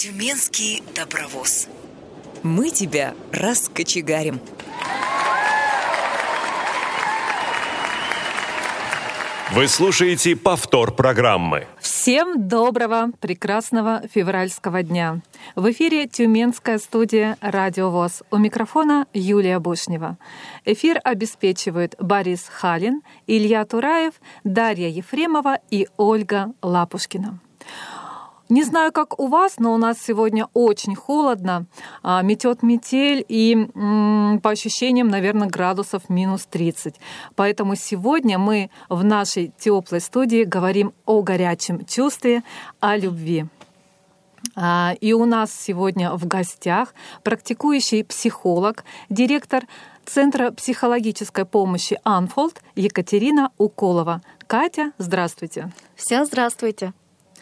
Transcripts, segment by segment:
Тюменский добровоз. Мы тебя раскочегарим. Вы слушаете повтор программы. Всем доброго, прекрасного февральского дня. В эфире Тюменская студия «Радио ВОС». У микрофона Юлия Бушнева. Эфир обеспечивают Борис Халин, Илья Тураев, Дарья Ефремова и Ольга Лапушкина. Не знаю, как у вас, но у нас сегодня очень холодно, метет метель и по ощущениям, наверное, градусов минус 30. Поэтому сегодня мы в нашей теплой студии говорим о горячем чувстве, о любви. И у нас сегодня в гостях практикующий психолог, директор Центра психологической помощи «Анфолд» Екатерина Уколова. Катя, здравствуйте. Всем здравствуйте.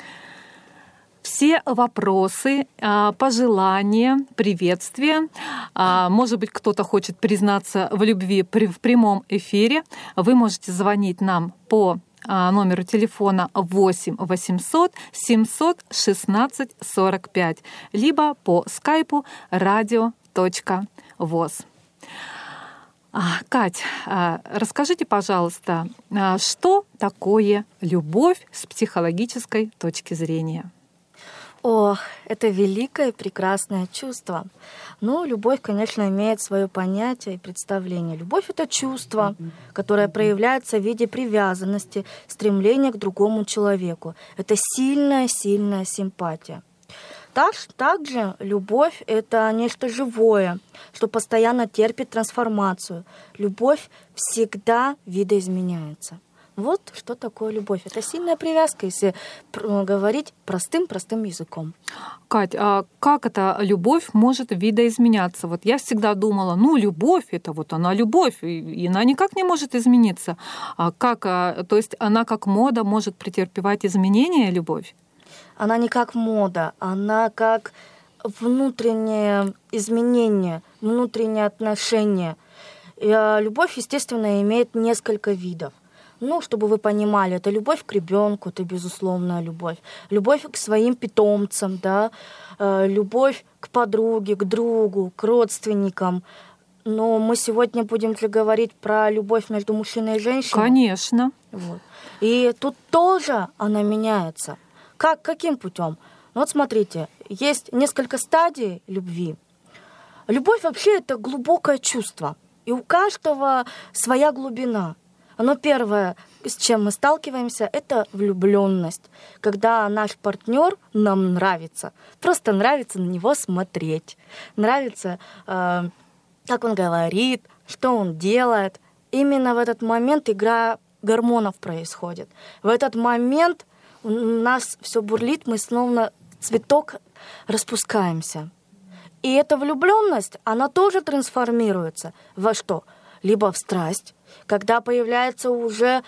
Все вопросы, пожелания, приветствия. Может быть, кто-то хочет признаться в любви в прямом эфире. Вы можете звонить нам по номеру телефона 8 800 716 45, либо по скайпу radio.voz. Кать, расскажите, пожалуйста, что такое любовь с психологической точки зрения? О, это великое и прекрасное чувство. Ну, любовь, конечно, имеет свое понятие и представление. Любовь — это чувство, которое проявляется в виде привязанности, стремления к другому человеку. Это сильная симпатия. Также любовь — это нечто живое, что постоянно терпит трансформацию. Любовь всегда видоизменяется. Вот что такое любовь. Это сильная привязка, если говорить простым языком. Кать, а как эта любовь может видоизменяться? Вот я всегда думала, любовь — это вот она любовь, и она никак не может измениться. То есть она как мода может претерпевать изменения, любовь? Она не как мода, она как внутреннее изменение, внутреннее отношение. И любовь, естественно, имеет несколько видов. Чтобы вы понимали, это любовь к ребенку, это безусловная любовь. Любовь к своим питомцам, да, любовь к подруге, к другу, к родственникам. Но мы сегодня будем говорить про любовь между мужчиной и женщиной. Конечно. Вот. И тут тоже она меняется. Каким путем? Вот смотрите, есть несколько стадий любви. Любовь вообще это глубокое чувство. И у каждого своя глубина. Но первое, с чем мы сталкиваемся, это влюбленность, когда наш партнер нам нравится. Просто нравится на него смотреть, нравится, как он говорит, что он делает. Именно в этот момент игра гормонов происходит. В этот момент у нас все бурлит, мы словно цветок распускаемся. И эта влюбленность, она тоже трансформируется во что? Либо в страсть, когда появляется уже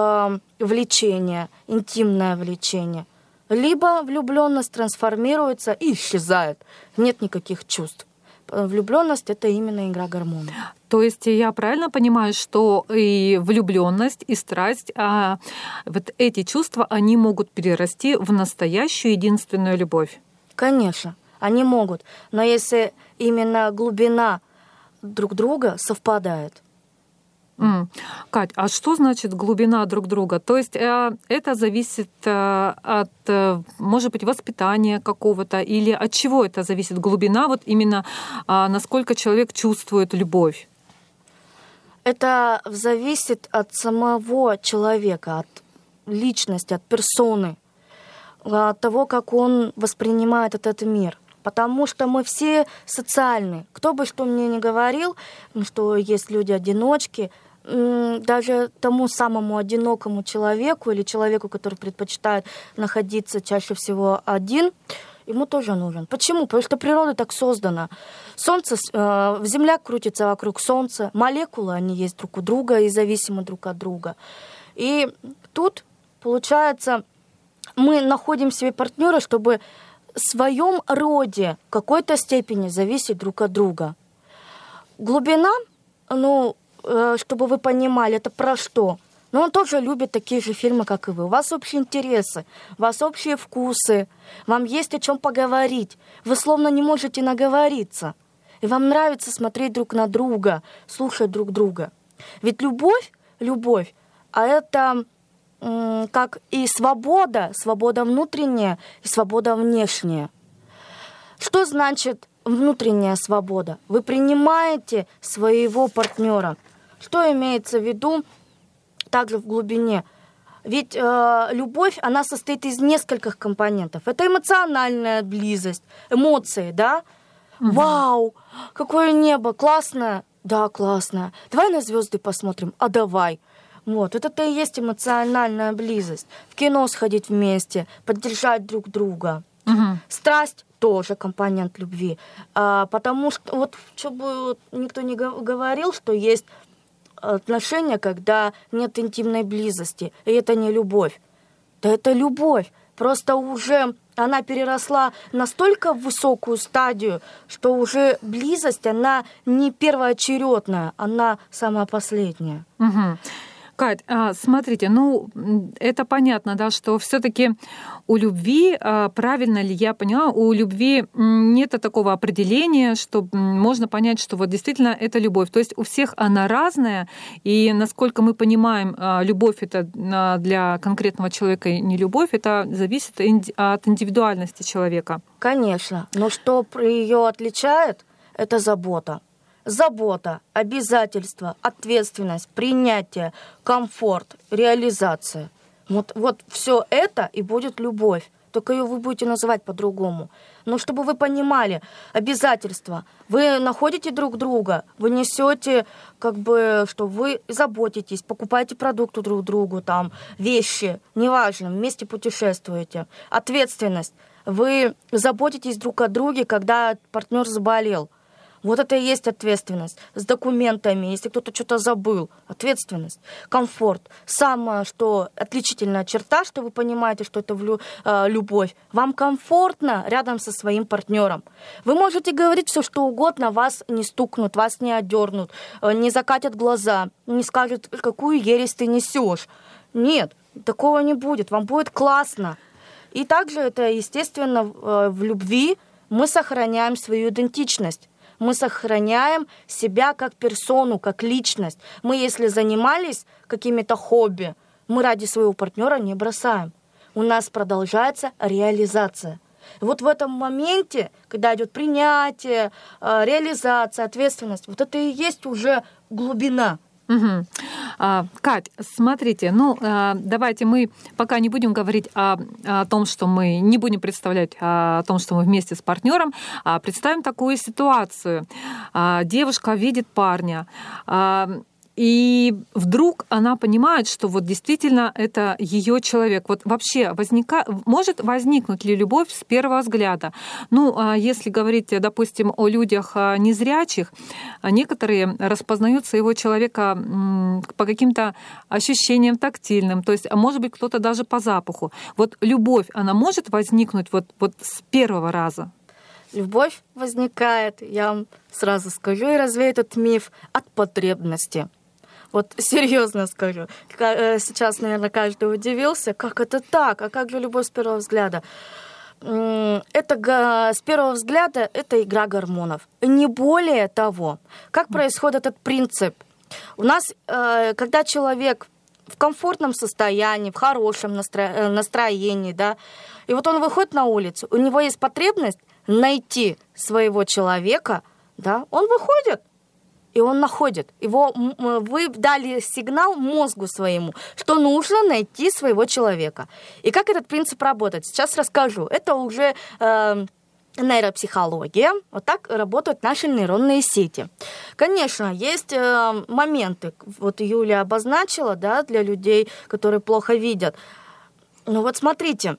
влечение, интимное влечение, либо влюбленность трансформируется и исчезает, нет никаких чувств. Влюбленность — это именно игра гормонов. То есть я правильно понимаю, что и влюбленность, и страсть, вот эти чувства, они могут перерасти в настоящую единственную любовь? Конечно, они могут. Но если именно глубина друг друга совпадает. Кать, а что значит глубина друг друга? То есть это зависит от, может быть, воспитания какого-то, или от чего это зависит? Глубина, вот именно насколько человек чувствует любовь? Это зависит от самого человека, от личности, от персоны, от того, как он воспринимает этот мир. Потому что мы все социальны. Кто бы что мне ни говорил, что есть люди-одиночки, даже тому самому одинокому человеку или человеку, который предпочитает находиться чаще всего один, ему тоже нужен. Почему? Потому что природа так создана. Земля крутится вокруг Солнца, молекулы, они есть друг у друга и зависимы друг от друга. И тут, получается, мы находим себе партнера, чтобы в своем роде в какой-то степени зависеть друг от друга. Глубина, чтобы вы понимали, это про что? но он тоже любит такие же фильмы, как и вы. У вас общие интересы, у вас общие вкусы, вам есть о чем поговорить. Вы словно не можете наговориться. И вам нравится смотреть друг на друга, слушать друг друга. Ведь любовь, а это как и свобода внутренняя и свобода внешняя. Что значит внутренняя свобода? Вы принимаете своего партнера. Что имеется в виду также в глубине? Ведь любовь, она состоит из нескольких компонентов. Это эмоциональная близость, эмоции, да? Вау, какое небо, классное. Да, классно. Давай на звезды посмотрим. А давай. Вот, это-то и есть эмоциональная близость. В кино сходить вместе, поддержать друг друга. Страсть тоже компонент любви. Потому что, вот, чтобы никто не говорил, что есть отношения, когда нет интимной близости. И это не любовь. Да это любовь. Просто уже она переросла настолько в высокую стадию, что уже близость, она не первоочередная, она самая последняя. Кать, смотрите, это понятно, да, что все-таки у любви, правильно ли я поняла, у любви нет такого определения, что можно понять, что вот действительно это любовь. То есть у всех она разная, и насколько мы понимаем, любовь это для конкретного человека не любовь, это зависит от индивидуальности человека. Конечно, но что ее отличает, это забота. Забота, обязательства, ответственность, принятие, комфорт, реализация. Вот все это и будет любовь. Только ее вы будете называть по-другому. Но чтобы вы понимали, обязательства. Вы находите друг друга, вы несете, что вы заботитесь, покупаете продукты друг другу, там, вещи, неважно, вместе путешествуете. Ответственность. Вы заботитесь друг о друге, когда партнер заболел. Вот это и есть ответственность. С документами, если кто-то что-то забыл. Ответственность. Комфорт. Самая отличительная черта, что вы понимаете, что это любовь. Вам комфортно рядом со своим партнером. Вы можете говорить все, что угодно, вас не стукнут, вас не одернут, не закатят глаза, не скажут, какую ересь ты несешь. Нет, такого не будет. Вам будет классно. И также это, естественно, в любви мы сохраняем свою идентичность. Мы сохраняем себя как персону, как личность. Мы, если занимались какими-то хобби, мы ради своего партнера не бросаем. У нас продолжается реализация. И вот в этом моменте, когда идет принятие, реализация, ответственность, вот это и есть уже глубина. Кать, смотрите, давайте мы пока не будем говорить о том, что мы не будем представлять о том, что мы вместе с партнером, а представим такую ситуацию. Девушка видит парня, и вдруг она понимает, что вот действительно это ее человек. Вот вообще может возникнуть ли любовь с первого взгляда? Если говорить, допустим, о людях незрячих, некоторые распознают своего человека по каким-то ощущениям тактильным, то есть, может быть, кто-то даже по запаху. Вот любовь, она может возникнуть вот с первого раза? Любовь возникает, я вам сразу скажу и развею этот миф, от потребности. Вот серьезно скажу. Сейчас, наверное, каждый удивился, как это так, а как же любовь с первого взгляда? Это с первого взгляда это игра гормонов. Не более того. Как происходит этот принцип? У нас, когда человек в комфортном состоянии, в хорошем настроении, да, и вот он выходит на улицу, у него есть потребность найти своего человека, да, он выходит. И он находит. Вы дали сигнал мозгу своему, что нужно найти своего человека. И как этот принцип работает? Сейчас расскажу. Это уже нейропсихология. Вот так работают наши нейронные сети. Конечно, есть моменты, вот Юля обозначила, да, для людей, которые плохо видят. Вот смотрите,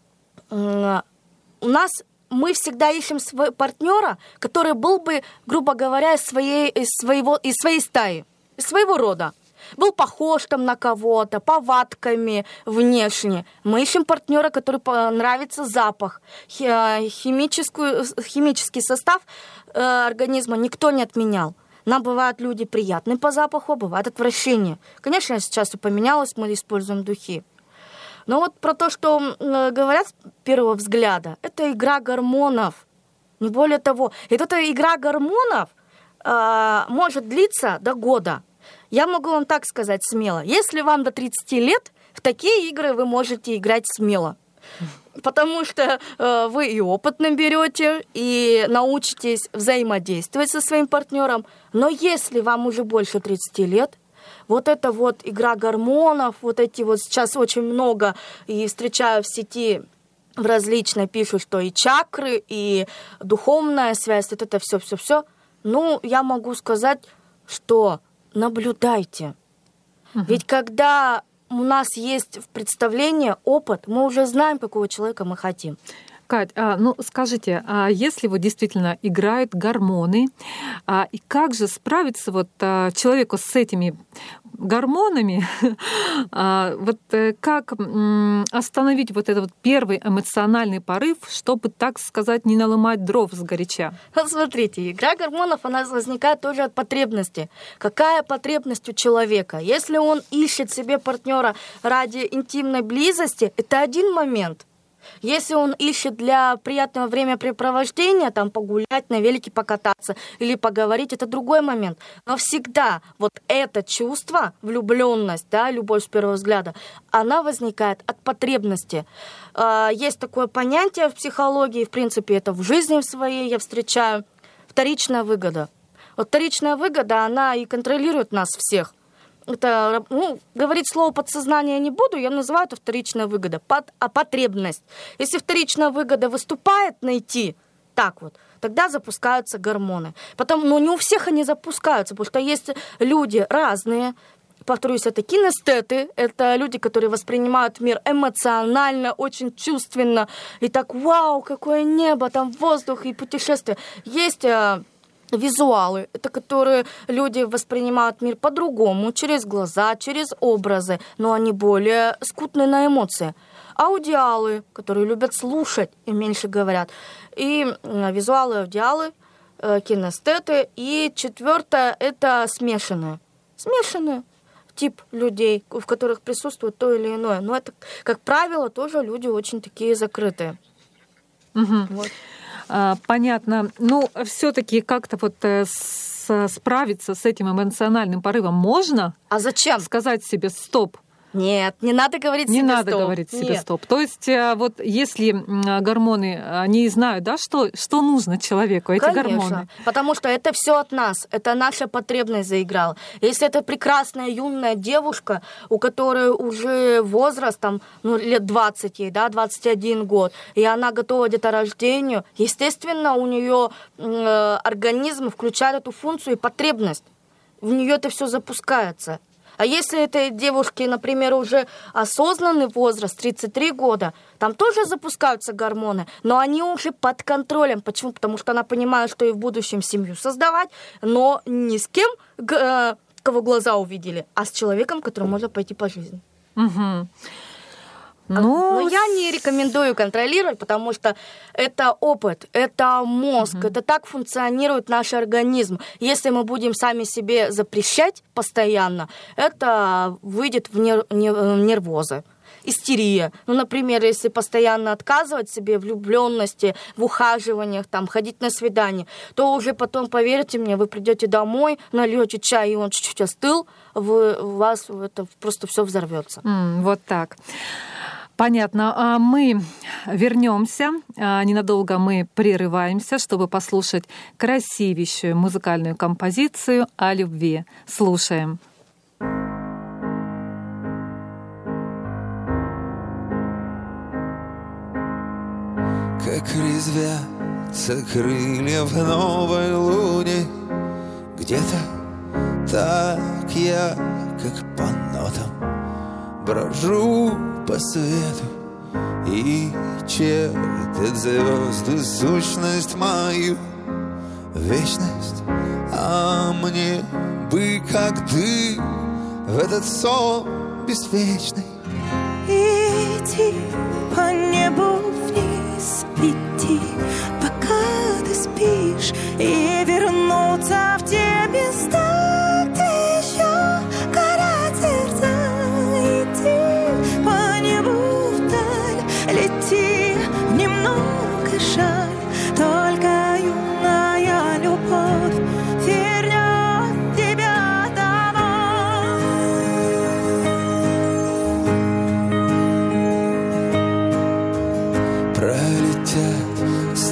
мы всегда ищем своего партнера, который был бы, грубо говоря, из своей стаи, из своего рода. Был похож там на кого-то, повадками внешне. Мы ищем партнера, который нравится запах. Химический состав организма никто не отменял. Нам бывают люди приятные по запаху, бывает отвращение. Конечно, сейчас все поменялось, мы используем духи. Но вот про то, что говорят с первого взгляда, это игра гормонов. Не более того. И эта игра гормонов может длиться до года. Я могу вам так сказать смело. Если вам до 30 лет, в такие игры вы можете играть смело. Потому что вы и опыт наберете, и научитесь взаимодействовать со своим партнером. Но если вам уже больше 30 лет, вот эта вот игра гормонов, вот эти вот сейчас очень много, и встречаю в сети различно пишут, что и чакры, и духовная связь, вот это все. Ну, я могу сказать, что наблюдайте. Ведь когда у нас есть представление, опыт, мы уже знаем, какого человека мы хотим. Кать, ну скажите, если вот действительно играют гормоны, и как же справиться вот человеку с этими гормонами, вот как остановить вот этот вот первый эмоциональный порыв, чтобы, так сказать, не наломать дров сгоряча? Вот смотрите, игра гормонов, она возникает тоже от потребности. Какая потребность у человека? Если он ищет себе партнера ради интимной близости, это один момент. Если он ищет для приятного времяпрепровождения, там погулять, на велике покататься или поговорить, это другой момент. Но всегда вот это чувство, влюбленность, да, любовь с первого взгляда, она возникает от потребности. Есть такое понятие в психологии, в принципе, это в жизни своей я встречаю, вторичная выгода. Вот вторичная выгода, она и контролирует нас всех. Это, говорить слово подсознание не буду, я называю это вторичная выгода, потребность. Если вторичная выгода выступает найти, так вот, тогда запускаются гормоны. Потом, не у всех они запускаются, потому что есть люди разные. Повторюсь, это кинестеты, это люди, которые воспринимают мир эмоционально, очень чувственно. И так, вау, какое небо, там воздух и путешествие. Есть визуалы, это которые люди воспринимают мир по-другому, через глаза, через образы, но они более скудны на эмоции. Аудиалы, которые любят слушать и меньше говорят. И визуалы, аудиалы, кинестеты. И четвертое — это смешанные. Смешанные тип людей, в которых присутствует то или иное. Но это, как правило, тоже люди очень такие закрытые. Угу. Вот. Понятно. Ну, все-таки как-то вот справиться с этим эмоциональным порывом можно? А зачем? Сказать себе «стоп». Нет, не надо говорить себе «стоп». Не надо говорить себе «стоп». То есть вот если гормоны, они знают, да, что нужно человеку, эти Конечно, гормоны. Потому что это все от нас, это наша потребность заиграла. Если это прекрасная юная девушка, у которой уже возраст там, лет 20 ей, да, 21 год, и она готова к деторождению, естественно, у нее организм включает эту функцию и потребность. В нее это все запускается. А если этой девушке, например, уже осознанный возраст, 33 года, там тоже запускаются гормоны, но они уже под контролем. Почему? Потому что она понимает, что и в будущем семью создавать, но не с кем, кого глаза увидели, а с человеком, которому можно пойти по жизни. Угу. Но я не рекомендую контролировать, потому что это опыт, это мозг, это так функционирует наш организм. Если мы будем сами себе запрещать постоянно, это выйдет в нервозы. Истерия. Например, если постоянно отказывать себе в влюбленности, в ухаживаниях, там, ходить на свидание, то уже потом, поверьте мне, вы придете домой, нальете чай, и он чуть-чуть остыл, у вас это просто все взорвется. Вот так. Понятно. Мы вернемся. Ненадолго мы прерываемся, чтобы послушать красивейшую музыкальную композицию о любви. Слушаем. Как резвятся крылья в новой луне, где-то так я, как по нотам, брожу по свету и чертят звезды сущность мою, вечность. А мне бы, как ты, в этот сон беспечный идти по небу вниз, идти, пока ты спишь, и вернуться в те без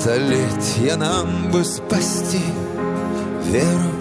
столетия нам бы спасти веру,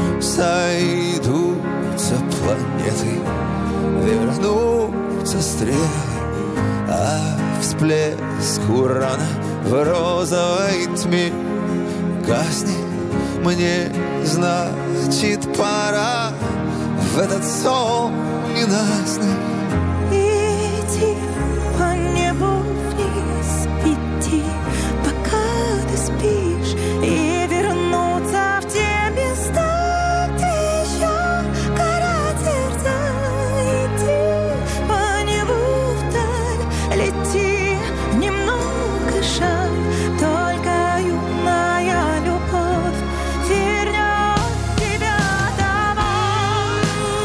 сойдутся планеты, вернутся стрелы, а всплеск урана в розовой тьме гаснет. Мне, значит, пора в этот сон ненастный идти по небу вниз, идти, пока ты спишь, и вернуться в те места, где еще горят сердца. Идти по небу вдаль, лети, немного жаль, только юная любовь вернет тебя домой.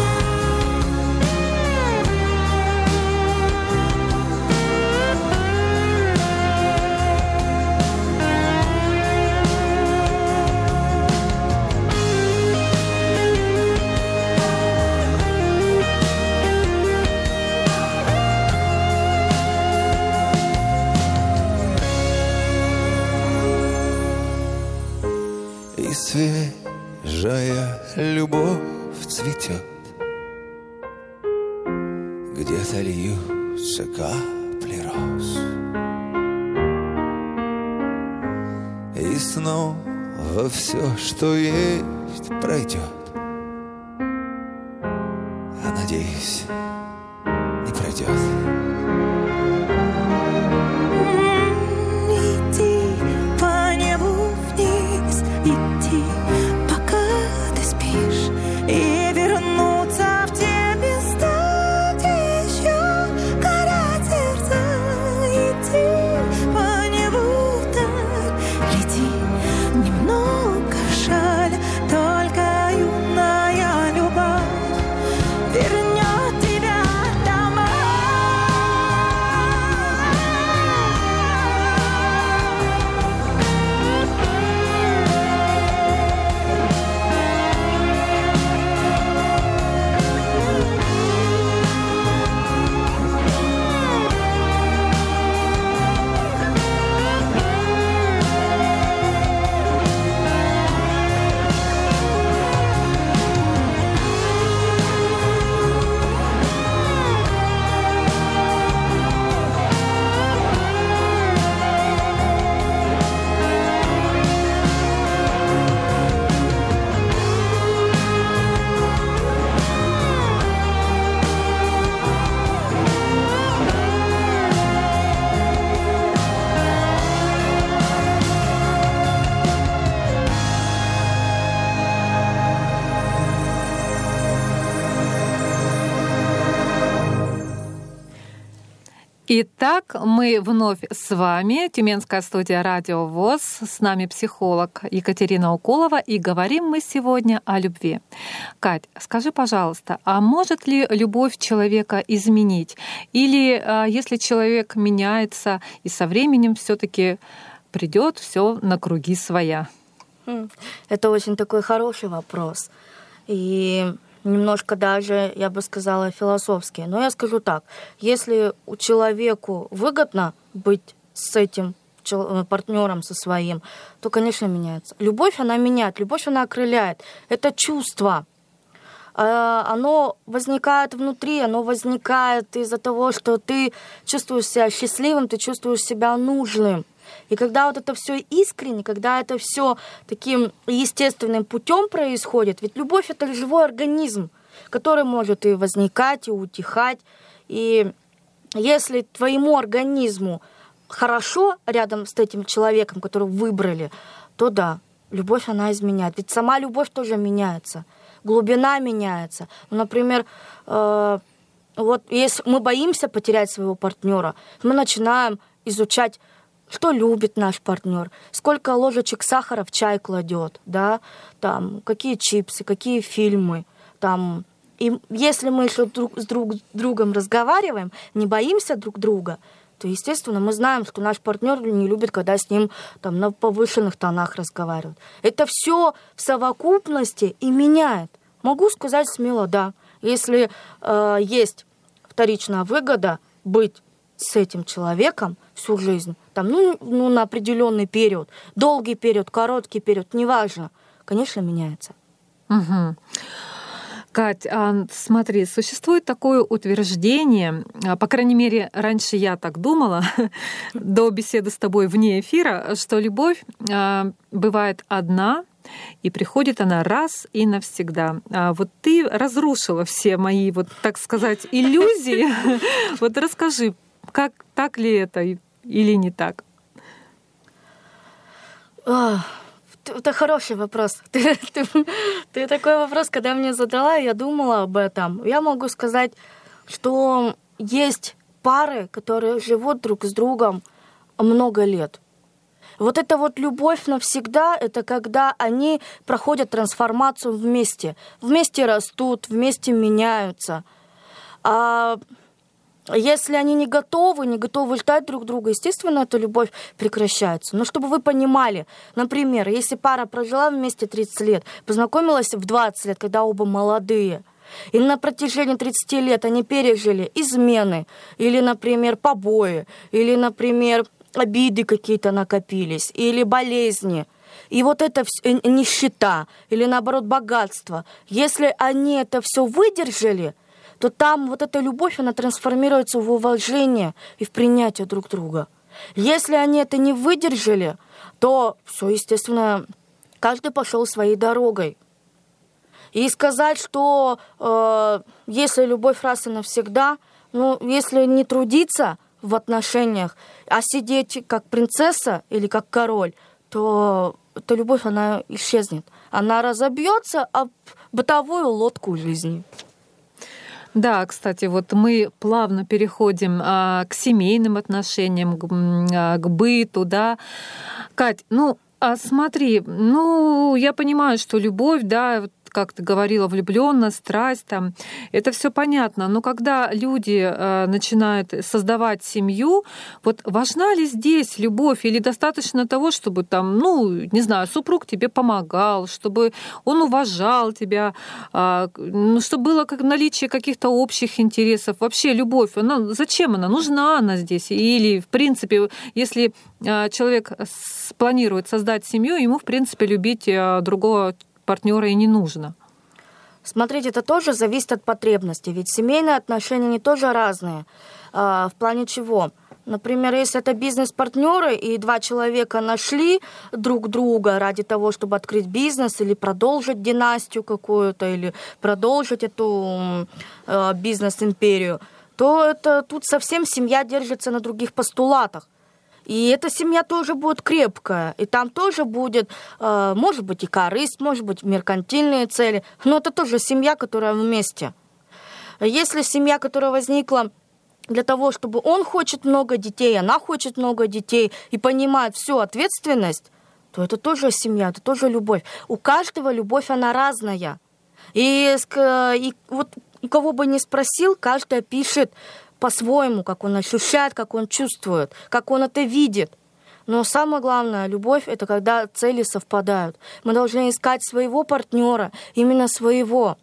и свежая любовь цветет. Где-то льются капли роз, и снова все, что есть, пройдет. А надеюсь, не пройдет. Иди по небу вниз, иди, пока ты спишь, и вернуться в те места, где еще горят сердца. Иди по небу вдаль, лети, немного жаль, только юная любовь вернет тебя домой. Итак, мы вновь с вами, Тюменская студия «Радио ВОС», с нами психолог Екатерина Уколова, и говорим мы сегодня о любви. Кать, скажи, пожалуйста, а может ли любовь человека изменить? Или если человек меняется и со временем все-таки придет все на круги своя? Это очень такой хороший вопрос. И немножко даже, я бы сказала, философский. Но я скажу так, если человеку выгодно быть с этим партнером со своим, то, конечно, меняется. Любовь, она меняет, любовь, она окрыляет. Это чувство. Оно возникает внутри, оно возникает из-за того, что ты чувствуешь себя счастливым, ты чувствуешь себя нужным. И когда вот это все искренне, когда это все таким естественным путем происходит, ведь любовь — это живой организм, который может и возникать, и утихать. И если твоему организму хорошо рядом с этим человеком, которого выбрали, то да, любовь, она изменяет. Ведь сама любовь тоже меняется, глубина меняется. Например, вот если мы боимся потерять своего партнера, мы начинаем изучать, что любит наш партнер, сколько ложечек сахара в чай кладет, да, там, какие чипсы, какие фильмы, там. И если мы еще с другом разговариваем, не боимся друг друга, то, естественно, мы знаем, что наш партнер не любит, когда с ним там, на повышенных тонах разговаривают. Это все в совокупности и меняет. Могу сказать смело, да. Если есть вторичная выгода быть с этим человеком всю жизнь, там, на определенный период, долгий период, короткий период, неважно, конечно, меняется. Угу. Кать, смотри, существует такое утверждение, по крайней мере, раньше я так думала, до беседы с тобой вне эфира, что любовь бывает одна, и приходит она раз и навсегда. Вот ты разрушила все мои, вот так сказать, иллюзии. Вот расскажи, как так ли это или не так? Это хороший вопрос. Ты такой вопрос, когда мне задала, я думала об этом. Я могу сказать, что есть пары, которые живут друг с другом много лет. Вот эта вот любовь навсегда, это когда они проходят трансформацию вместе. Вместе растут, вместе меняются. А если они не готовы ждать друг друга, естественно, эта любовь прекращается. Но чтобы вы понимали, например, если пара прожила вместе 30 лет, познакомилась в 20 лет, когда оба молодые, и на протяжении 30 лет они пережили измены, или, например, побои, или, например, обиды какие-то накопились, или болезни, и вот это нищета, или, наоборот, богатство. Если они это все выдержали, то там вот эта любовь, она трансформируется в уважение и в принятие друг друга. Если они это не выдержали, то все, естественно, каждый пошел своей дорогой. И сказать, что если любовь раз и навсегда, если не трудиться в отношениях, а сидеть как принцесса или как король, то эта любовь, она исчезнет. Она разобьется об бытовую лодку жизни. Да, кстати, вот мы плавно переходим к семейным отношениям, к быту, да. Кать, смотри, я понимаю, что любовь, да, как ты говорила, влюблённость, страсть, там, это все понятно. Но когда люди начинают создавать семью, вот важна ли здесь любовь или достаточно того, чтобы там, не знаю, супруг тебе помогал, чтобы он уважал тебя, чтобы было наличие каких-то общих интересов? Вообще любовь, зачем она? Нужна она здесь? Или, в принципе, если человек планирует создать семью, ему, в принципе, любить другого партнера и не нужно. Смотрите, это тоже зависит от потребностей, ведь семейные отношения, они тоже разные. В плане чего? Например, если это бизнес-партнеры, и два человека нашли друг друга ради того, чтобы открыть бизнес или продолжить династию какую-то, или продолжить эту бизнес-империю, то это тут совсем семья держится на других постулатах. И эта семья тоже будет крепкая, и там тоже будет, может быть, и корысть, может быть, меркантильные цели, но это тоже семья, которая вместе. Если семья, которая возникла для того, чтобы он хочет много детей, она хочет много детей, и понимает всю ответственность, то это тоже семья, это тоже любовь. У каждого любовь, она разная. И вот у кого бы ни спросил, каждый пишет по-своему, как он ощущает, как он чувствует, как он это видит. Но самое главное, любовь — это когда цели совпадают. Мы должны искать своего партнера, именно своего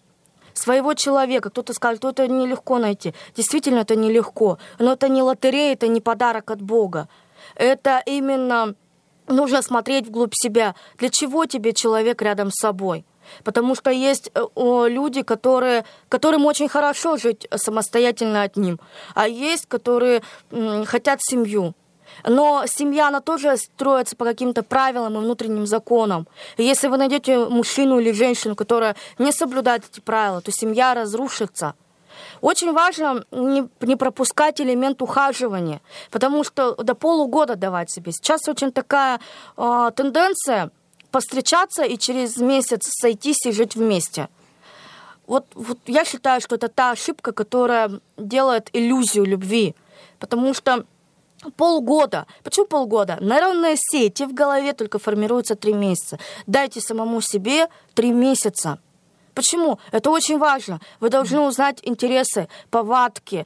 человека. Кто-то скажет, что это нелегко найти. Действительно, это нелегко. Но это не лотерея, это не подарок от Бога. Это именно нужно смотреть вглубь себя. Для чего тебе человек рядом с собой? Потому что есть люди, которым очень хорошо жить самостоятельно одним, а есть, которые хотят семью. Но семья, она тоже строится по каким-то правилам и внутренним законам. И если вы найдете мужчину или женщину, которая не соблюдает эти правила, то семья разрушится. Очень важно не пропускать элемент ухаживания, потому что до полугода давать себе. Сейчас очень такая тенденция повстречаться и через месяц сойтись и жить вместе. Вот я считаю, что это та ошибка, которая делает иллюзию любви. Потому что полгода. Почему полгода? Нейронные сети в голове только формируются 3 месяца. Дайте самому себе 3 месяца. Почему? Это очень важно. Вы должны узнать интересы, повадки,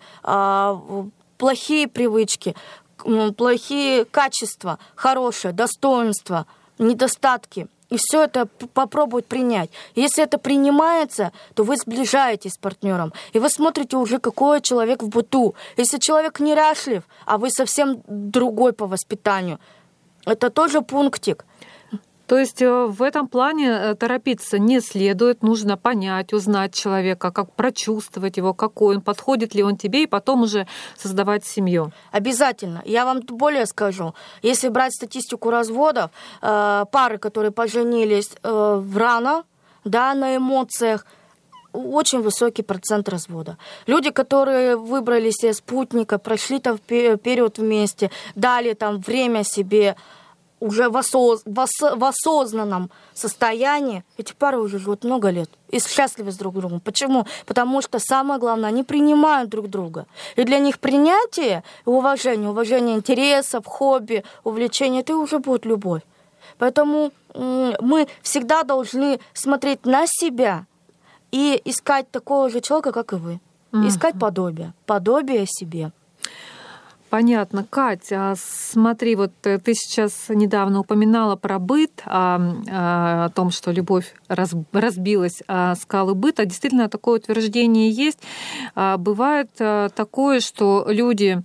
плохие привычки, плохие качества, хорошие, достоинства, недостатки. и все это попробовать принять. Если это принимается, то вы сближаетесь с партнером, и вы смотрите уже, какой человек в быту. Если человек неряшлив, а вы совсем другой по воспитанию, это тоже пунктик. То есть в этом плане торопиться не следует, нужно понять, узнать человека, как прочувствовать его, какой он, подходит ли он тебе, и потом уже создавать семью. Обязательно. Я вам более скажу. Если брать статистику разводов, пары, которые поженились рано, да, на эмоциях, очень высокий процент развода. Люди, которые выбрали себе спутника, прошли там период вместе, дали там время себе, уже в осознанном состоянии, эти пары уже живут много лет и счастливы с друг другом. Почему? Потому что самое главное, они принимают друг друга. И для них принятие и уважение интересов, хобби, увлечения, это уже будет любовь. Поэтому мы всегда должны смотреть на себя и искать такого же человека, как и вы. Искать подобие себе. Понятно. Кать, смотри, вот ты сейчас недавно упоминала про быт, о том, что любовь разбилась о скалы быта. Действительно, такое утверждение есть. Бывает такое, что люди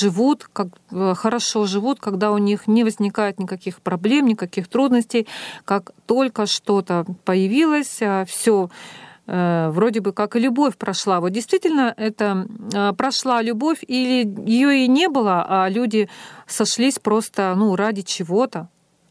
хорошо живут, когда у них не возникает никаких проблем, никаких трудностей. Как только что-то появилось, все вроде бы как и любовь прошла. Вот действительно это прошла любовь, или ее и не было, а люди сошлись просто ради чего-то?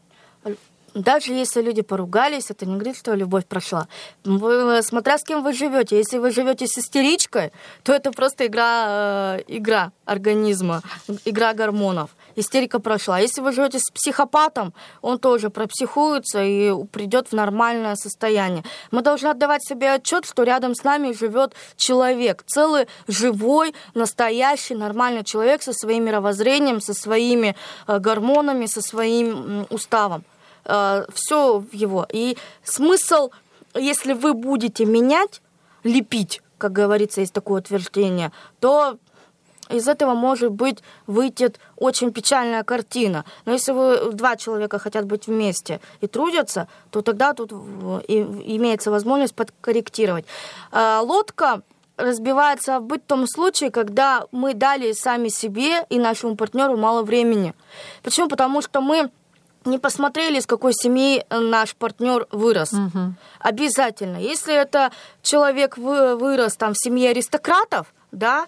Даже если люди поругались, это не говорит, что любовь прошла. Смотря с кем вы живете. Если вы живете с истеричкой, то это просто игра организма, игра гормонов. Истерика прошла. Если вы живете с психопатом, он тоже пропсихуется и придет в нормальное состояние. Мы должны отдавать себе отчет, что рядом с нами живет человек, целый живой, настоящий, нормальный человек со своим мировоззрением, со своими гормонами, со своим уставом. Все в его. И смысл, если вы будете менять, лепить, как говорится, есть такое утверждение, то из этого, может быть, выйдет очень печальная картина. Но если два человека хотят быть вместе и трудятся, то тогда тут имеется возможность подкорректировать. Лодка разбивается в том случае, когда мы дали сами себе и нашему партнеру мало времени. Почему? Потому что мы не посмотрели, из какой семьи наш партнер вырос. Угу. Обязательно. Если это человек вырос там, в семье аристократов, да,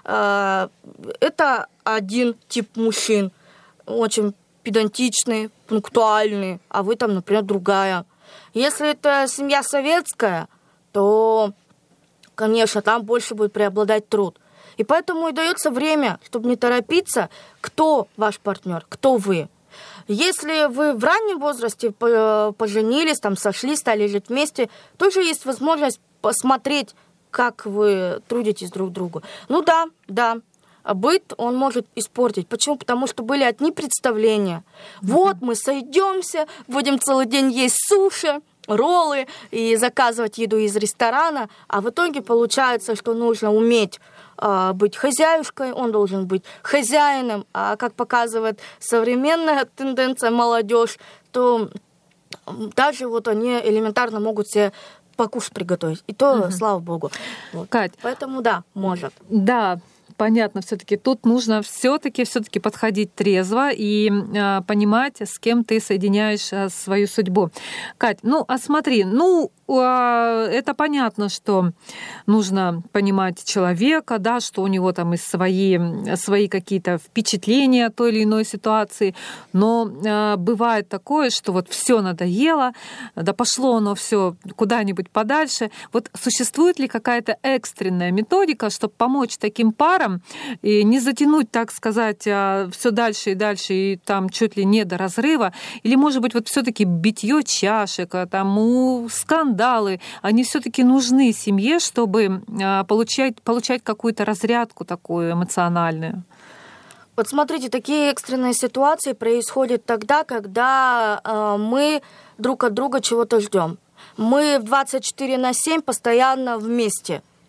это один тип мужчин, очень педантичный, пунктуальный, а вы там, например, другая. Если это семья советская, то, конечно, там больше будет преобладать труд. И поэтому и дается время, чтобы не торопиться, кто ваш партнер, кто вы. Если вы в раннем возрасте поженились, там, сошлись, стали жить вместе, тоже есть возможность посмотреть, как вы трудитесь друг другу. Ну да, быт он может испортить. Почему? Потому что были одни представления. Вот мы сойдемся, будем целый день есть суши, роллы и заказывать еду из ресторана, а в итоге получается, что нужно уметь быть хозяюшкой, он должен быть хозяином, а как показывает современная тенденция молодежь, то даже вот они элементарно могут себе покушать приготовить. И то, слава богу. Вот. Кать, поэтому да, может. Да, понятно, все-таки тут нужно все-таки подходить трезво и понимать, с кем ты соединяешь свою судьбу. Кать, смотри, это понятно, что нужно понимать человека, да, что у него там и свои какие-то впечатления от той или иной ситуации, но бывает такое, что вот все надоело, да пошло оно все куда-нибудь подальше. Вот существует ли какая-то экстренная методика, чтобы помочь таким парам и не затянуть, так сказать, все дальше и дальше, и там чуть ли не до разрыва? Или, может быть, вот все-таки битье чашек, там скандалы, они все-таки нужны семье, чтобы получать какую-то разрядку такую эмоциональную? Вот смотрите, такие экстренные ситуации происходят тогда, когда мы друг от друга чего-то ждем. Мы 24/7 постоянно вместе.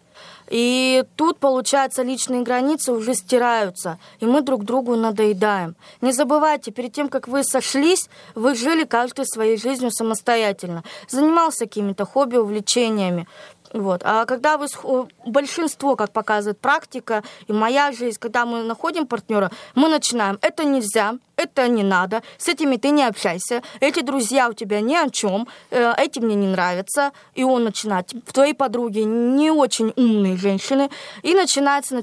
И тут, получается, личные границы уже стираются, и мы друг другу надоедаем. Не забывайте, перед тем, как вы сошлись, вы жили каждый своей жизнью самостоятельно. Занимался какими-то хобби, увлечениями. Вот. А когда вы большинство, как показывает практика, и моя жизнь, когда мы находим партнера, мы начинаем: это нельзя, это не надо, с этими ты не общайся, эти друзья у тебя ни о чем, эти мне не нравятся, и он начинает: твои подруги не очень умные женщины, и начинается,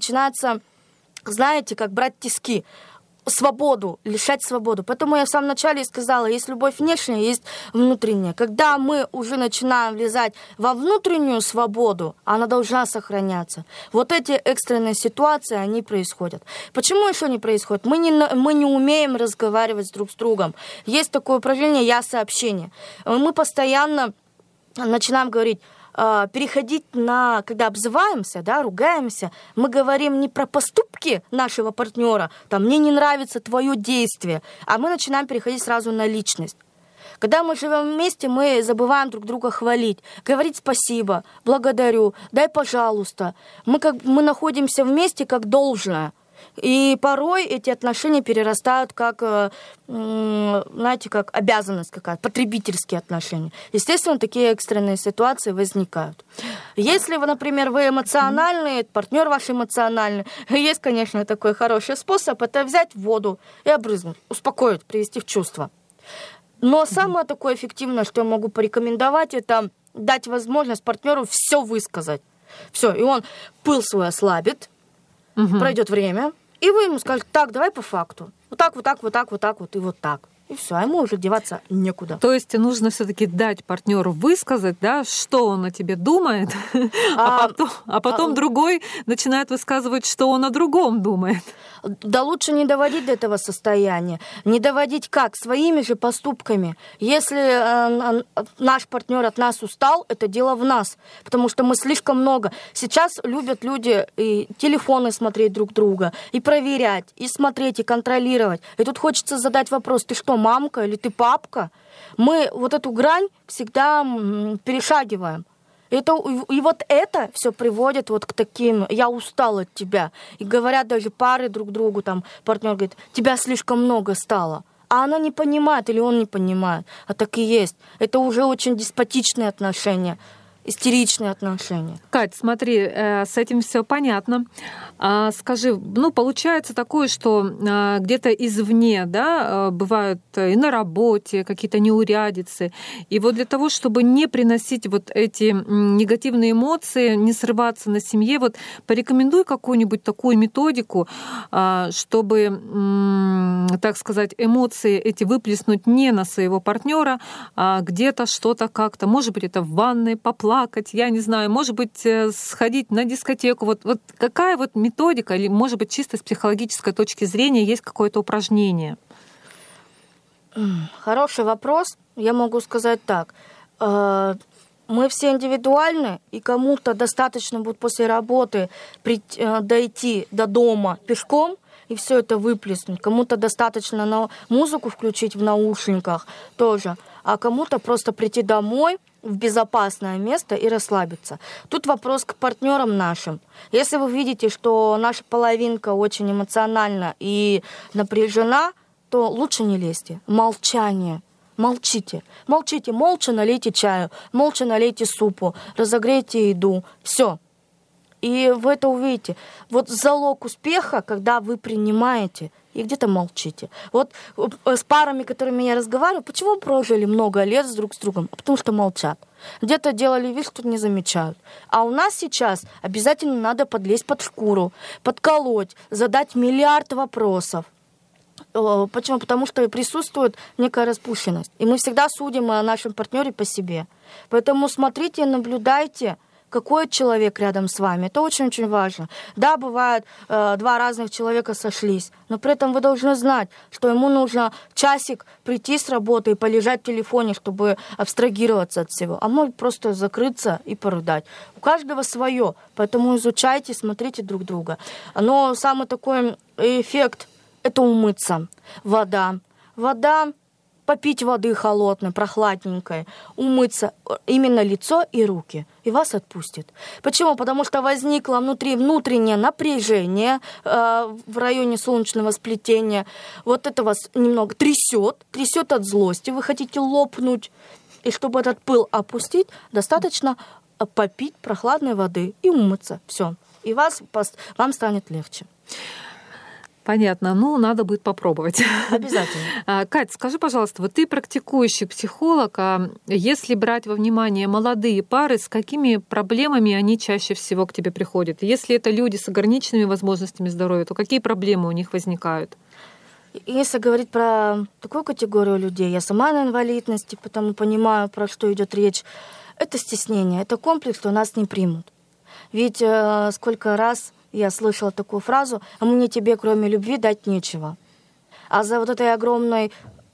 знаете, как брать тиски. Свободу, лишать свободу. Поэтому я в самом начале и сказала, есть любовь внешняя, есть внутренняя. Когда мы уже начинаем влезать во внутреннюю свободу, она должна сохраняться. Вот эти экстренные ситуации, они происходят. Почему еще не происходит? Мы не умеем разговаривать друг с другом. Есть такое упражнение «я-сообщение». Мы постоянно начинаем говорить, переходить когда обзываемся, да, ругаемся, мы говорим не про поступки нашего партнера, там, мне не нравится твое действие, а мы начинаем переходить сразу на личность. Когда мы живем вместе, мы забываем друг друга хвалить, говорить спасибо, благодарю, дай пожалуйста. Мы находимся вместе как должное. И порой эти отношения перерастают как, знаете, как обязанность какая-то, потребительские отношения. Естественно, такие экстренные ситуации возникают. Если, например, вы эмоциональный, партнер ваш эмоциональный, есть, конечно, такой хороший способ, это взять воду и обрызнуть, успокоить, привести в чувство. Но самое такое эффективное, что я могу порекомендовать, это дать возможность партнеру все высказать. Все, и он пыл свой ослабит, пройдет время, и вы ему скажете: так, давай по факту. Вот так, вот так, вот так, вот так, вот и вот так. И все, а ему уже деваться некуда. То есть нужно все-таки дать партнеру высказать, да, что он о тебе думает, а потом другой начинает высказывать, что он о другом думает. Да лучше не доводить до этого состояния. Не доводить как? Своими же поступками. Если наш партнер от нас устал, это дело в нас. Потому что мы слишком много. Сейчас любят люди и телефоны смотреть друг друга, и проверять, и смотреть, и контролировать. И тут хочется задать вопрос: ты что, мамка или ты папка? Мы вот эту грань всегда перешагиваем. И вот это все приводит вот к таким: я устал от тебя. И говорят даже пары друг другу, там партнер говорит: тебя слишком много стало. А она не понимает или он не понимает. А так и есть. Это уже очень деспотичные отношения, истеричные отношения. Кать, смотри, с этим все понятно. Скажи, получается такое, что где-то извне, да, бывают и на работе какие-то неурядицы. И вот для того, чтобы не приносить вот эти негативные эмоции, не срываться на семье, вот порекомендуй какую-нибудь такую методику, чтобы, так сказать, эмоции эти выплеснуть не на своего партнера, а где-то что-то как-то, может быть, это в ванной поплакать, я не знаю, может быть, сходить на дискотеку. Вот какая вот методика, или, может быть, чисто с психологической точки зрения есть какое-то упражнение? Хороший вопрос. Я могу сказать так. Мы все индивидуальны, и кому-то достаточно будет после работы дойти до дома пешком и все это выплеснуть. Кому-то достаточно музыку включить в наушниках тоже, а кому-то просто прийти домой в безопасное место и расслабиться. Тут вопрос к партнерам нашим. Если вы видите, что наша половинка очень эмоциональна и напряжена, то лучше не лезьте. Молчание. Молчите. Молчите. Молча налейте чаю, молча налейте супу, разогрейте еду. Все. И вы это увидите. Вот залог успеха, когда вы принимаете и где-то молчите. Вот с парами, которыми я разговариваю, почему прожили много лет друг с другом? Потому что молчат. Где-то делали вид, что не замечают. А у нас сейчас обязательно надо подлезть под шкуру, подколоть, задать миллиард вопросов. Почему? Потому что присутствует некая распущенность. И мы всегда судим о нашем партнере по себе. Поэтому смотрите, наблюдайте, какой человек рядом с вами. Это очень-очень важно. Да, бывает, два разных человека сошлись, но при этом вы должны знать, что ему нужно часик прийти с работы и полежать в телефоне, чтобы абстрагироваться от всего. А может просто закрыться и порыдать. У каждого свое, поэтому изучайте, смотрите друг друга. Но самый такой эффект — это умыться. Вода. Вода попить воды холодной, прохладненькой, умыться именно лицо и руки, и вас отпустит. Почему? Потому что возникло внутреннее напряжение в районе солнечного сплетения. Вот это вас немного трясет от злости, вы хотите лопнуть. И чтобы этот пыл опустить, достаточно попить прохладной воды и умыться. Все. И вам станет легче. Понятно. Ну, надо будет попробовать. Обязательно. Кать, скажи, пожалуйста, вот ты практикующий психолог, а если брать во внимание молодые пары, с какими проблемами они чаще всего к тебе приходят? Если это люди с ограниченными возможностями здоровья, то какие проблемы у них возникают? Если говорить про такую категорию людей, я сама на инвалидности, потому понимаю, про что идет речь. Это стеснение, это комплекс, что нас не примут. Ведь сколько раз я слышала такую фразу: «А мне тебе, кроме любви, дать нечего». А за вот этой огромной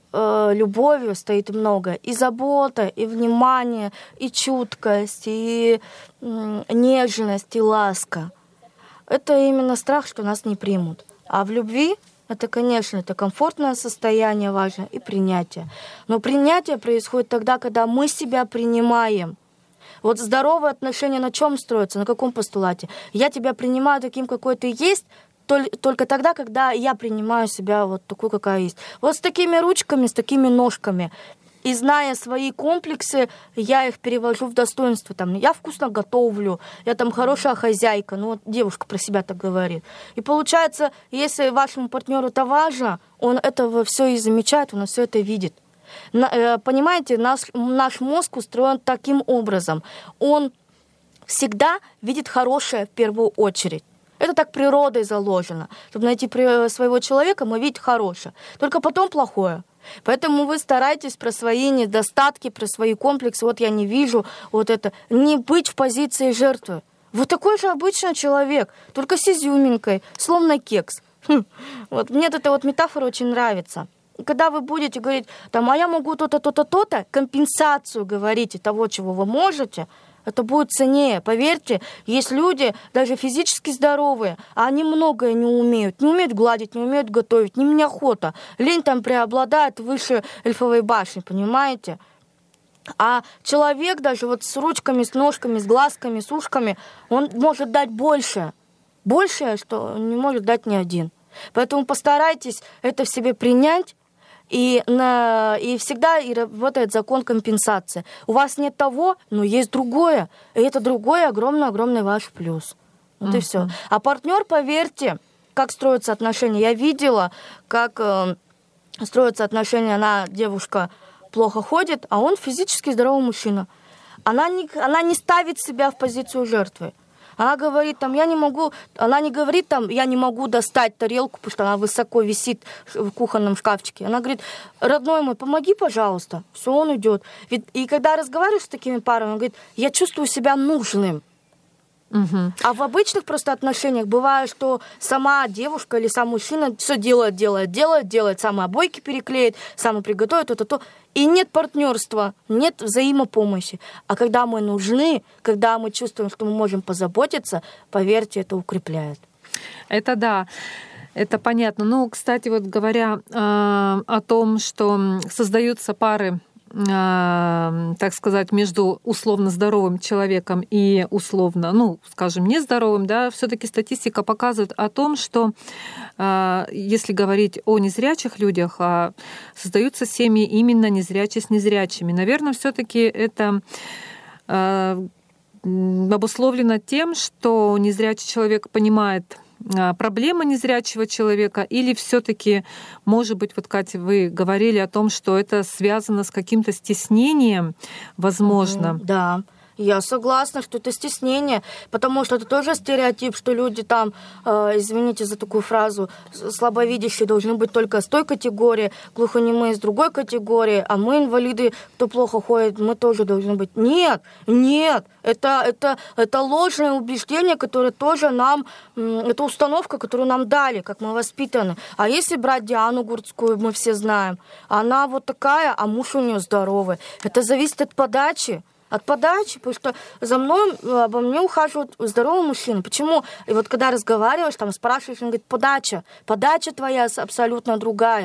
любовью стоит много и забота, и внимание, и чуткость, и нежность, и ласка. Это именно страх, что нас не примут. А в любви это, конечно, это комфортное состояние важно и принятие. Но принятие происходит тогда, когда мы себя принимаем. Вот здоровые отношения на чем строятся, на каком постулате? Я тебя принимаю таким, какой ты есть, только тогда, когда я принимаю себя вот такой, какая есть. Вот с такими ручками, с такими ножками. И зная свои комплексы, я их перевожу в достоинство. Там, я вкусно готовлю, я там хорошая хозяйка. Ну, вот девушка про себя так говорит. И получается, если вашему партнеру это важно, он этого все и замечает, он все это видит. Понимаете, наш мозг устроен таким образом. Он всегда видит хорошее в первую очередь. Это так природой заложено. Чтобы найти своего человека, мы видим хорошее. Только потом плохое. Поэтому вы старайтесь про свои недостатки, про свои комплексы. Вот я не вижу вот это. Не быть в позиции жертвы. Вот такой же обычный человек, только с изюминкой, словно кекс. Вот мне эта вот метафора очень нравится. Когда вы будете говорить, там, а я могу то-то, то-то, то-то, компенсацию говорите того, чего вы можете, это будет ценнее. Поверьте, есть люди, даже физически здоровые, а они многое не умеют гладить, не умеют готовить, им неохота. Лень там преобладает выше эльфовой башни, понимаете? А человек даже вот с ручками, с ножками, с глазками, с ушками, он может дать больше. Большее, что не может дать ни один. Поэтому постарайтесь это в себе принять. И всегда работает закон компенсации. У вас нет того, но есть другое. И это другое огромный-огромный ваш плюс. Вот и все. А партнер, поверьте, как строятся отношения. Я видела, как строятся отношения. Девушка плохо ходит, а он физически здоровый мужчина. Она не ставит себя в позицию жертвы. Она говорит, я не могу достать тарелку, потому что она высоко висит в кухонном шкафчике. Она говорит, родной мой, помоги, пожалуйста. Все, он идет. И когда разговариваешь с такими парами, он говорит, я чувствую себя нужным. Угу. А в обычных просто отношениях бывает, что сама девушка или сам мужчина все делает, сам обойки переклеит, сам приготовит то. И нет партнерства, нет взаимопомощи. А когда мы нужны, когда мы чувствуем, что мы можем позаботиться, поверьте, это укрепляет. Это да. Это понятно. Ну, кстати, вот говоря о том, что создаются пары, так сказать, между условно здоровым человеком и условно, скажем, нездоровым, да, все-таки статистика показывает о том, что если говорить о незрячих людях, создаются семьи именно незрячие с незрячими. Наверное, все-таки это обусловлено тем, что незрячий человек понимает проблемы незрячего человека, или все-таки, может быть, вот, Катя, вы говорили о том, что это связано с каким-то стеснением, возможно? Да. Я согласна, что это стеснение, потому что это тоже стереотип, что люди там, извините за такую фразу, слабовидящие должны быть только с той категории, глухонемые с другой категории, а мы, инвалиды, кто плохо ходит, мы тоже должны быть. Нет, это ложное убеждение, которое тоже нам, это установка, которую нам дали, как мы воспитаны. А если брать Диану Гурцкую, мы все знаем, она вот такая, а муж у нее здоровый. Это зависит от подачи. Потому что обо мне ухаживают здоровые мужчины. Почему? И вот когда разговариваешь, там спрашиваешь, он говорит, подача твоя абсолютно другая.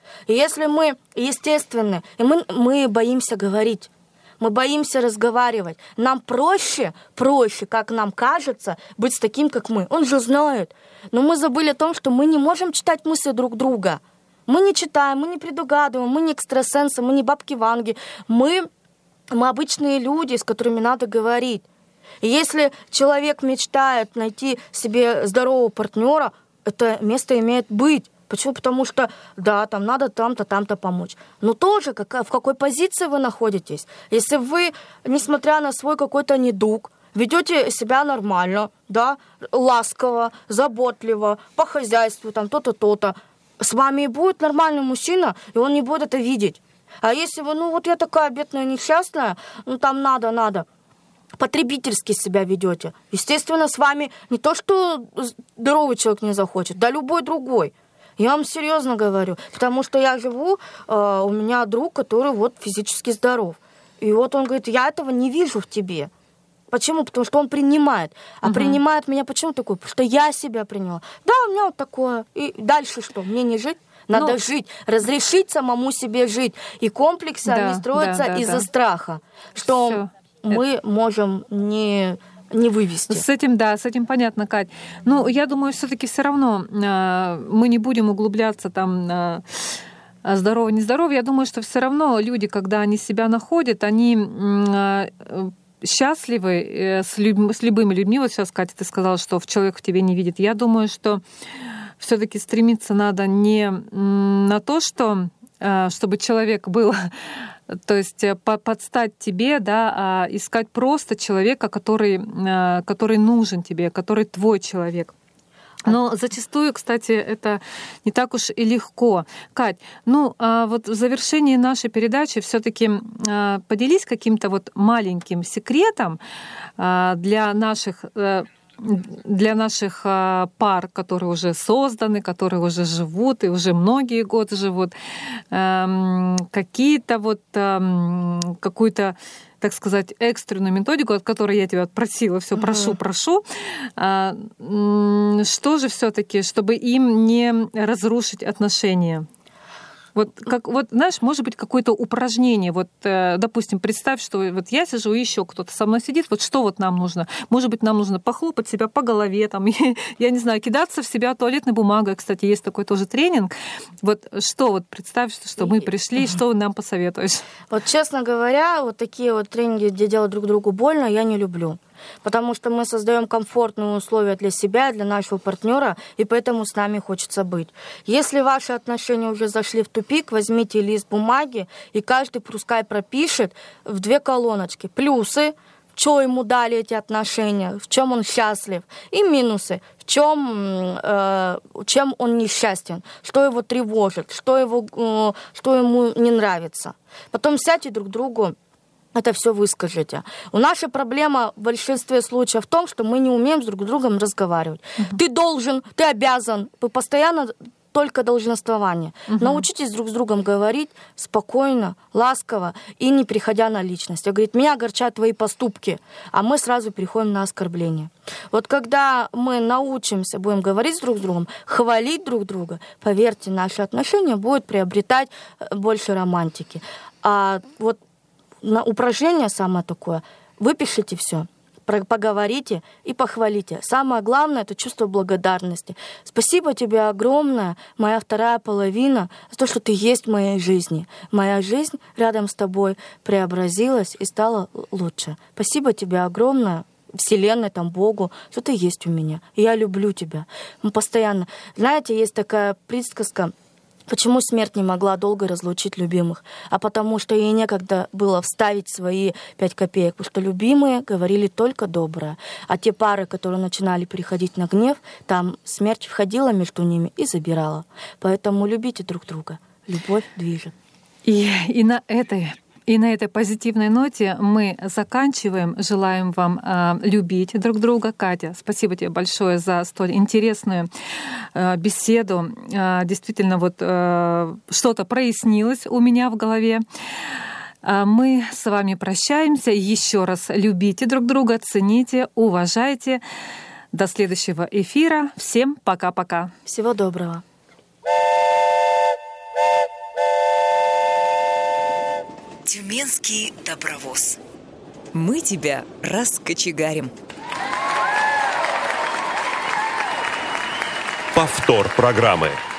И если мы естественны, и мы боимся говорить, мы боимся разговаривать, нам проще, как нам кажется, быть с таким, как мы. Он же знает. Но мы забыли о том, что мы не можем читать мысли друг друга. Мы не читаем, мы не предугадываем, мы не экстрасенсы, мы не бабки-ванги. Мы обычные люди, с которыми надо говорить. И если человек мечтает найти себе здорового партнера, это место имеет быть. Почему? Потому что, да, там надо там-то, там-то помочь. Но тоже в какой позиции вы находитесь. Если вы, несмотря на свой какой-то недуг, ведете себя нормально, да, ласково, заботливо, по хозяйству, там, то-то, то-то, с вами и будет нормальный мужчина, и он не будет это видеть. А если вы, я такая бедная, несчастная, там надо, потребительски себя ведете. Естественно, с вами не то, что здоровый человек не захочет, да любой другой. Я вам серьезно говорю, потому что я живу, у меня друг, который физически здоров. И он говорит, я этого не вижу в тебе. Почему? Потому что он принимает. А принимает меня почему такой? Потому что я себя приняла. Да, у меня такое. И дальше что? Мне не жить? Надо жить, разрешить самому себе жить. И комплексы, они строятся из-за страха, что мы можем не вывести. С этим понятно, Кать. Я думаю, все-таки все равно мы не будем углубляться там здорово-нездорово. Я думаю, что все равно люди, когда они себя находят, они счастливы с любыми людьми. Вот сейчас, Катя, ты сказала, что человек в тебе не видит. Я думаю, что все-таки стремиться надо не на то, чтобы человек был, то есть подстать тебе, да, а искать просто человека, который нужен тебе, который твой человек. Но зачастую, кстати, это не так уж и легко. Кать, в завершении нашей передачи все-таки поделись каким-то маленьким секретом для наших пар, которые уже созданы, которые уже живут и уже многие годы живут, какую-то, так сказать, экстренную методику, от которой я тебя просила, все прошу. Что же все-таки, чтобы им не разрушить отношения? Знаешь, может быть, какое-то упражнение. Допустим, представь, что я сижу, и еще кто-то со мной сидит. Что нам нужно? Может быть, нам нужно похлопать себя по голове, там, я не знаю, кидаться в себя туалетной бумагой. Кстати, есть такой тоже тренинг. Представь, что мы пришли, что нам посоветуешь? Честно говоря, такие тренинги, где делать друг другу больно, я не люблю. Потому что мы создаем комфортные условия для себя, для нашего партнера, и поэтому с нами хочется быть. Если ваши отношения уже зашли в тупик, возьмите лист бумаги, и каждый пускай пропишет в 2 колоночки плюсы, что ему дали эти отношения, в чем он счастлив, и минусы, чем он несчастен, что его тревожит, что ему не нравится. Потом сядьте друг к другу, это все выскажите. Наша проблема в большинстве случаев в том, что мы не умеем с друг другом разговаривать. Ты должен, ты обязан, вы постоянно только долженствование. Научитесь друг с другом говорить спокойно, ласково и не переходя на личность. Говорит, меня огорчают твои поступки, а мы сразу переходим на оскорбление. Когда мы научимся, будем говорить друг с другом, хвалить друг друга, поверьте, наши отношения будут приобретать больше романтики. Упражнение самое такое. Выпишите все, поговорите и похвалите. Самое главное — это чувство благодарности. Спасибо тебе огромное, моя вторая половина, за то, что ты есть в моей жизни. Моя жизнь рядом с тобой преобразилась и стала лучше. Спасибо тебе огромное, Вселенной, Богу, что ты есть у меня. И я люблю тебя. Постоянно. Знаете, есть такая присказка, почему смерть не могла долго разлучить любимых? А потому что ей некогда было вставить свои 5 копеек, потому что любимые говорили только доброе. А те пары, которые начинали переходить на гнев, там смерть входила между ними и забирала. Поэтому любите друг друга. Любовь движет. И на этой позитивной ноте мы заканчиваем. Желаем вам любить друг друга. Катя, спасибо тебе большое за столь интересную беседу. Действительно, что-то прояснилось у меня в голове. Мы с вами прощаемся. Еще раз любите друг друга, цените, уважайте. До следующего эфира. Всем пока-пока. Всего доброго. Тюменский добровоз. Мы тебя раскочегарим. Повтор программы.